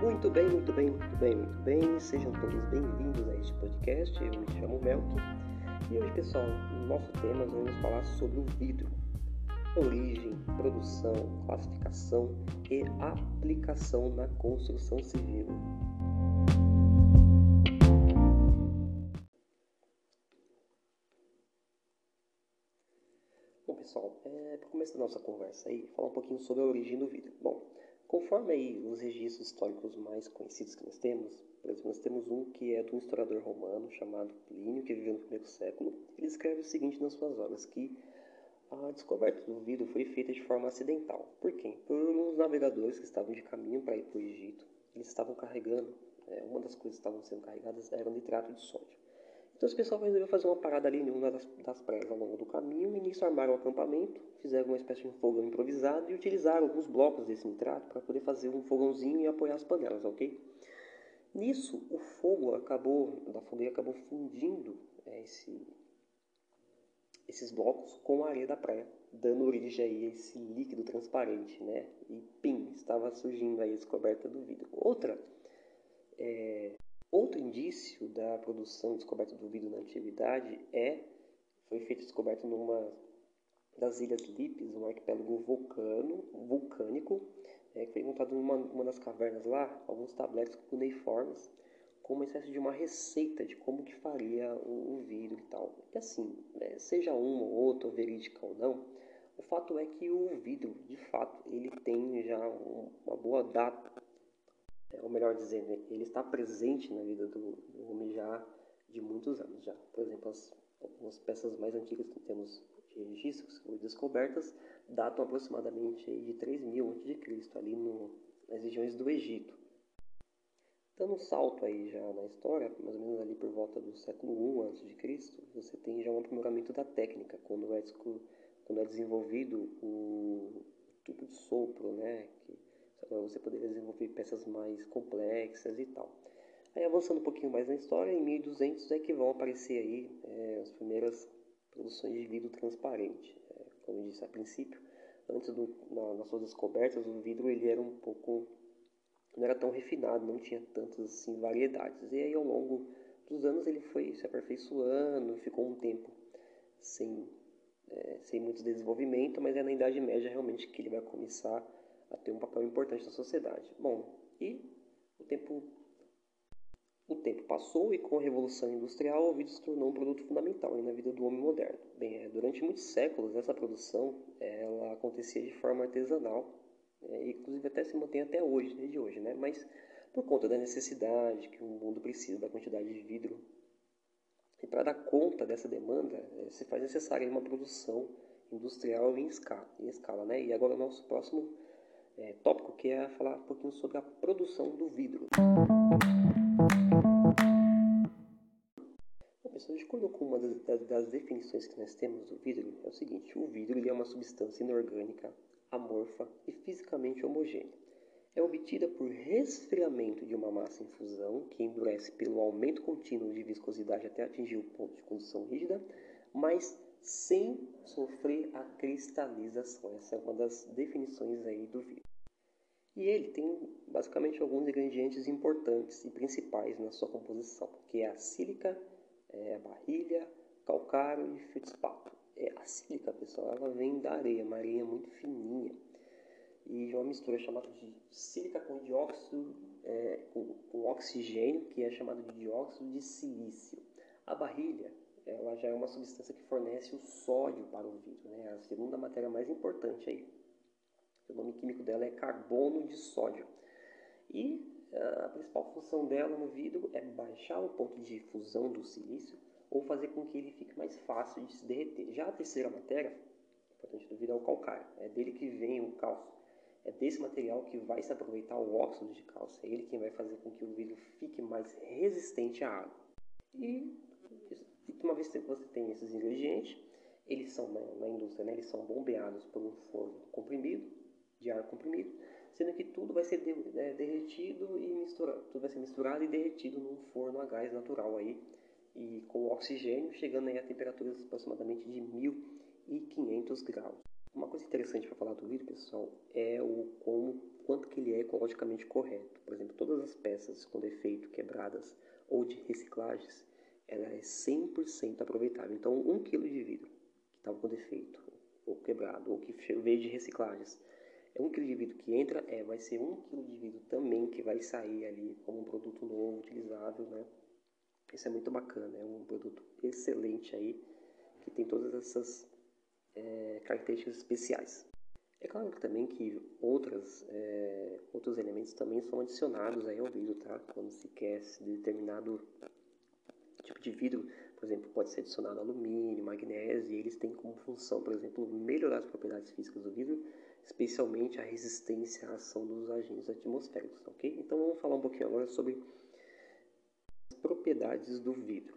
Muito bem, muito bem, muito bem, muito bem. Sejam todos bem-vindos a este podcast. Eu me chamo Melk. E hoje, pessoal, no nosso tema nós vamos falar sobre o vidro. Origem, produção, classificação e aplicação na construção civil. Bom, pessoal, para o começo da nossa conversa aí, falar um pouquinho sobre a origem do vidro. Bom, conforme aí os registros históricos mais conhecidos que nós temos, por exemplo, nós temos um que é de um historiador romano chamado Plínio, que viveu no primeiro século. Ele escreve o seguinte nas suas obras, que a descoberta do vidro foi feita de forma acidental. Por quê? Por uns navegadores que estavam de caminho para ir para o Egito. Eles estavam carregando, uma das coisas que estavam sendo carregadas era o nitrato de sódio. Então esse pessoal resolveu fazer uma parada ali em uma das praias ao longo do caminho, e nisso armaram um acampamento, fizeram uma espécie de um fogão improvisado e utilizaram alguns blocos desse nitrato para poder fazer um fogãozinho e apoiar as panelas, ok? Nisso, o fogo da fogueira acabou fundindo esses blocos com a areia da praia, dando origem aí a esse líquido transparente, né? E pim, estava surgindo aí a descoberta do vidro. Outro indício da produção e descoberta do vidro na antiguidade foi feita a descoberta numa das ilhas Lípis, um arquipélago vulcânico, que foi encontrado numa das cavernas lá, alguns tabletes cuneiformes, com uma espécie de uma receita de como que faria o vidro e tal. E assim, seja uma ou outra, verídica ou não, o fato é que o vidro, de fato, ele tem já uma boa data, ou melhor dizendo, ele está presente na vida do homem já de muitos anos já. Por exemplo, algumas peças mais antigas que temos de registros que foram descobertas datam aproximadamente de 3000 a.C., ali nas regiões do Egito. Dando um salto aí já na história, mais ou menos ali por volta do século I a.C., você tem já um aprimoramento da técnica, quando é desenvolvido o tubo de sopro, né, para você poder desenvolver peças mais complexas e tal. Aí avançando um pouquinho mais na história, em 1200 é que vão aparecer aí as primeiras produções de vidro transparente. Como eu disse a princípio, antes nas suas descobertas, o vidro ele era não era tão refinado, não tinha tantas assim, variedades. E aí ao longo dos anos ele foi se aperfeiçoando, ficou um tempo sem muito desenvolvimento, mas é na Idade Média realmente que ele vai começar a ter um papel importante na sociedade. Bom, e o tempo passou e com a Revolução Industrial o vidro se tornou um produto fundamental na vida do homem moderno. Bem, durante muitos séculos essa produção ela acontecia de forma artesanal, inclusive até se mantém até hoje, desde hoje, né? Mas por conta da necessidade que o mundo precisa da quantidade de vidro, e para dar conta dessa demanda, se faz necessária uma produção industrial em escala, né? E agora o nosso próximo tópico que é falar um pouquinho sobre a produção do vidro. Bom, pessoal, de acordo com uma das definições que nós temos do vidro, é o seguinte: o vidro ele é uma substância inorgânica, amorfa e fisicamente homogênea. É obtida por resfriamento de uma massa em fusão, que endurece pelo aumento contínuo de viscosidade até atingir o ponto de condição rígida, mas sem sofrer a cristalização. Essa é uma das definições aí do vidro. E ele tem basicamente alguns ingredientes importantes e principais na sua composição, que é a sílica, a barrilha, calcário e feldspato. A sílica, pessoal, ela vem da areia, uma areia muito fininha, e uma mistura chamada de sílica com dióxido, com oxigênio, que é chamado de dióxido de silício. A barrilha, ela já é uma substância que fornece o sódio para o vidro, né? A segunda matéria mais importante aí. O nome químico dela é carbono de sódio. E a principal função dela no vidro é baixar o ponto de fusão do silício ou fazer com que ele fique mais fácil de se derreter. Já a terceira matéria importante do vidro é o calcário. É dele que vem o cálcio. É desse material que vai se aproveitar o óxido de cálcio. É ele quem vai fazer com que o vidro fique mais resistente à água. E uma vez que você tem esses ingredientes, eles são na indústria, né, eles são bombeados por um forno comprimido, de ar comprimido, sendo que tudo vai ser derretido e misturado. Tudo vai ser misturado e derretido num forno a gás natural aí, e com oxigênio, chegando aí a temperaturas aproximadamente de 1500 graus. Uma coisa interessante para falar do vidro, pessoal, é o como quanto que ele é ecologicamente correto. Por exemplo, todas as peças com defeito, quebradas ou de reciclagens, ela é 100% aproveitável. Então, 1 kg de vidro que estava com defeito, ou quebrado, ou que veio de reciclagens, é 1 kg de vidro que entra, vai ser 1 kg de vidro também que vai sair ali como um produto novo, utilizável, né? Isso é muito bacana, é um produto excelente aí, que tem todas essas características especiais. É claro também que outros elementos também são adicionados aí ao vidro, tá? Quando se quer determinado tipo de vidro, por exemplo, pode ser adicionado alumínio, magnésio, e eles têm como função, por exemplo, melhorar as propriedades físicas do vidro, especialmente a resistência à ação dos agentes atmosféricos, ok? Então vamos falar um pouquinho agora sobre as propriedades do vidro.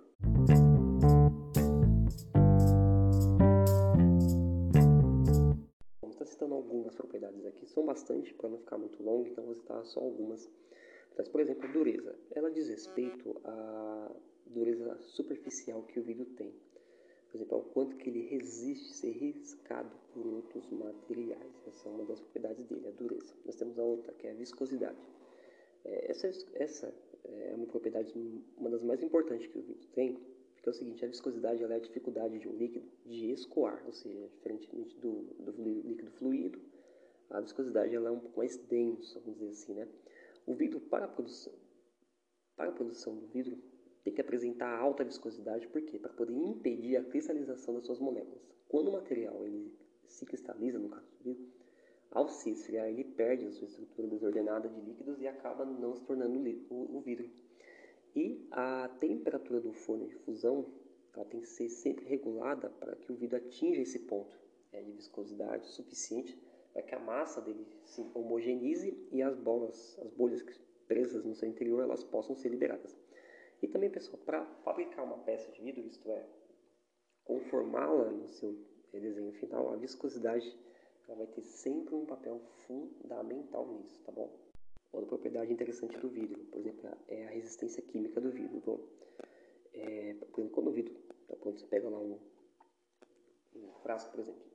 Vamos estar citando algumas propriedades aqui, são bastante para não ficar muito longo, então vou citar só algumas. Mas, por exemplo, a dureza. Ela diz respeito à dureza superficial que o vidro tem. Por exemplo, ao quanto que ele resiste ser riscado por outros materiais. Essa é uma das propriedades dele, a dureza. Nós temos a outra, que é a viscosidade. Essa é uma propriedade, uma das mais importantes que o vidro tem, porque é o seguinte, a viscosidade ela é a dificuldade de um líquido de escoar, ou seja, diferentemente do líquido fluido, a viscosidade ela é um pouco mais densa, vamos dizer assim, né? O vidro, para a produção do vidro, tem que apresentar alta viscosidade, por quê? Para poder impedir a cristalização das suas moléculas. Quando o material ele se cristaliza, no caso do vidro, ao se esfriar, ele perde a sua estrutura desordenada de líquidos e acaba não se tornando o vidro. E a temperatura do forno de fusão ela tem que ser sempre regulada para que o vidro atinja esse ponto de viscosidade suficiente para que a massa dele se homogeneize e as bolhas presas no seu interior elas possam ser liberadas. E também, pessoal, para fabricar uma peça de vidro, isto é, conformá-la no seu desenho final, a viscosidade ela vai ter sempre um papel fundamental nisso, tá bom? Outra propriedade interessante do vidro, por exemplo, é a resistência química do vidro. Bom, por exemplo, quando o vidro, quando você pega lá um frasco, por exemplo,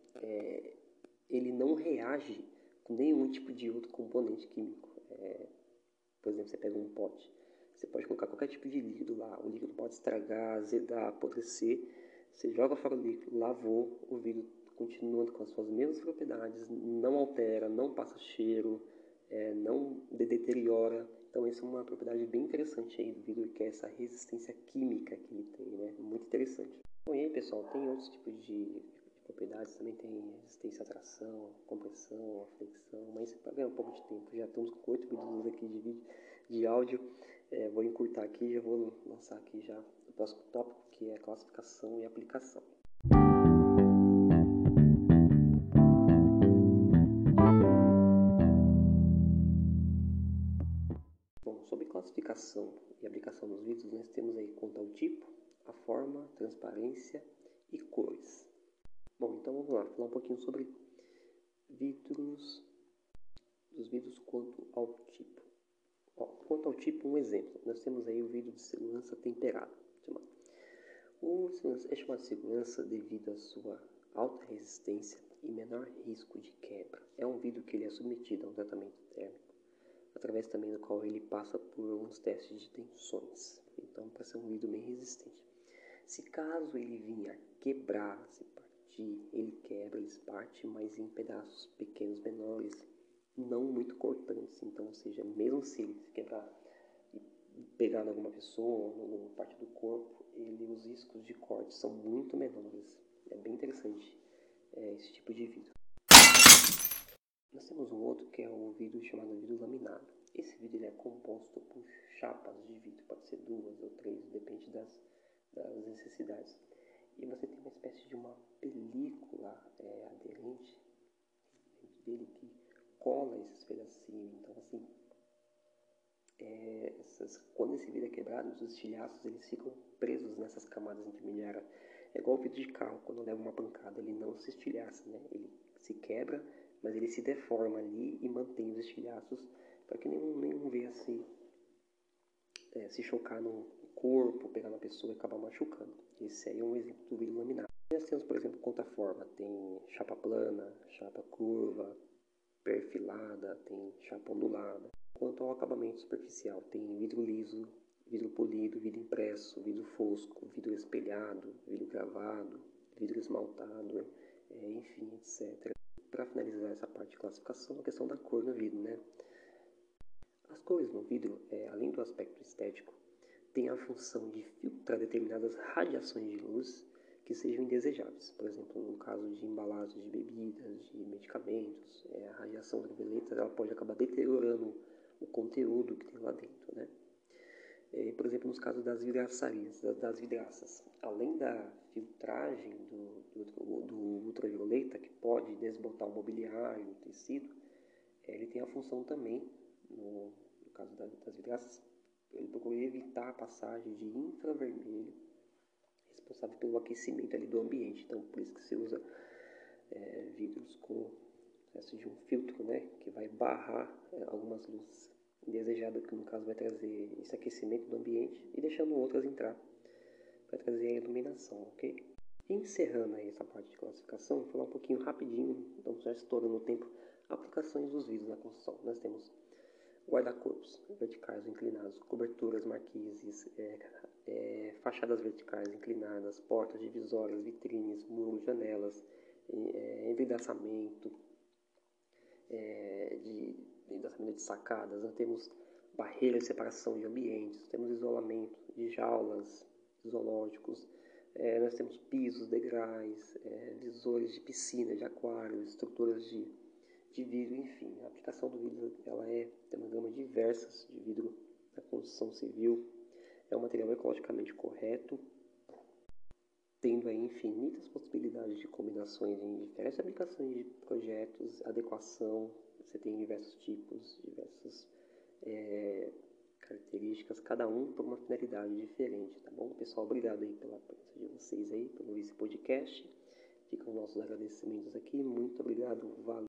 ele não reage com nenhum tipo de outro componente químico. Por exemplo, você pega um pote, você pode colocar qualquer tipo de líquido lá, o líquido pode estragar, azedar, apodrecer, você joga fora o líquido, lavou, o vidro continuando com as suas mesmas propriedades, não altera, não passa cheiro, não deteriora. Então, essa é uma propriedade bem interessante aí do vidro, que é essa resistência química que ele tem, né? Muito interessante. Bom, e aí, pessoal, tem outros tipos de propriedades, também tem resistência à tração, compressão, flexão, mas para ganhar um pouco de tempo, já estamos com 8 minutos aqui de vídeo, de áudio, vou encurtar aqui, já vou lançar aqui já o próximo tópico, que é a classificação e aplicação. Bom, sobre classificação e aplicação dos vidros, nós temos aí quanto ao tipo, a forma, transparência e cores. Bom, então vamos lá, falar um pouquinho sobre dos vidros quanto ao tipo. Quanto ao tipo, um exemplo, nós temos aí o vidro de segurança temperado. O é chamado de segurança devido à sua alta resistência e menor risco de quebra. É um vidro que ele é submetido a um tratamento térmico, através também do qual ele passa por alguns testes de tensões. Então, para ser um vidro bem resistente. Se caso ele vir a quebrar, se partir, ele quebra, ele se parte, mas em pedaços pequenos, menores, não muito cortantes. Então, ou seja, mesmo se ele se quebrar e pegar em alguma pessoa, em alguma parte do corpo, os riscos de corte são muito menores. É bem interessante esse tipo de vidro. Nós temos um outro que é o vidro chamado vidro laminado. Esse vidro ele é composto por chapas de vidro, pode ser 2 ou 3, depende das necessidades. E você tem uma espécie de uma película aderente dentro dele que cola esses pedacinhos. Então, assim, quando esse vidro é quebrado, os estilhaços eles ficam presos nessas camadas intermediárias. É igual o vidro de carro, quando leva uma pancada, ele não se estilhaça, né? Ele se quebra, mas ele se deforma ali e mantém os estilhaços para que nenhum venha se chocar no corpo, pegar na pessoa e acabar machucando. Esse aí é um exemplo do vidro laminado. Nós temos, por exemplo, contra-forma. Tem chapa plana, chapa curva, perfilada, tem chapa ondulada. Quanto ao acabamento superficial, tem vidro liso, vidro polido, vidro impresso, vidro fosco, vidro espelhado, vidro gravado, vidro esmaltado, enfim, etc. Para finalizar essa parte de classificação, a questão da cor no vidro, né? As cores no vidro, além do aspecto estético, têm a função de filtrar determinadas radiações de luz que sejam indesejáveis. Por exemplo, no caso de embalagens de bebidas, de medicamentos, a radiação ultravioleta ela pode acabar deteriorando o conteúdo que tem lá dentro, né? Por exemplo, nos casos das vidraçarias, das vidraças, além da filtragem do ultravioleta, que pode desbotar o mobiliário, o tecido, ele tem a função também, no caso das vidraças, ele procura evitar a passagem de infravermelho, responsável pelo aquecimento ali do ambiente. Então, por isso que se usa vidros com espécie de um filtro, né, que vai barrar algumas luzes indesejadas, que no caso vai trazer esse aquecimento do ambiente e deixando outras entrar, para trazer a iluminação, ok? Encerrando aí essa parte de classificação, vou falar um pouquinho rapidinho, então já estourando o tempo, aplicações dos vidros na construção. Nós temos guarda-corpos verticais ou inclinados, coberturas, marquises, fachadas verticais inclinadas, portas, divisórias, vitrines, muros, janelas, envidraçamento, de sacadas. Nós temos barreiras de separação de ambientes, temos isolamento de jaulas, zoológicos, nós temos pisos, degraus, visores de piscina, de aquário, estruturas de vidro, enfim. A aplicação do vidro tem uma gama diversas de vidro na construção civil. É um material ecologicamente correto, tendo aí infinitas possibilidades de combinações em diversas aplicações de projetos, adequação. Você tem diversos tipos, diversas características, cada um por uma finalidade diferente, tá bom? Pessoal, obrigado aí pela presença de vocês aí, pelo esse podcast. Ficam nossos agradecimentos aqui. Muito obrigado, valeu.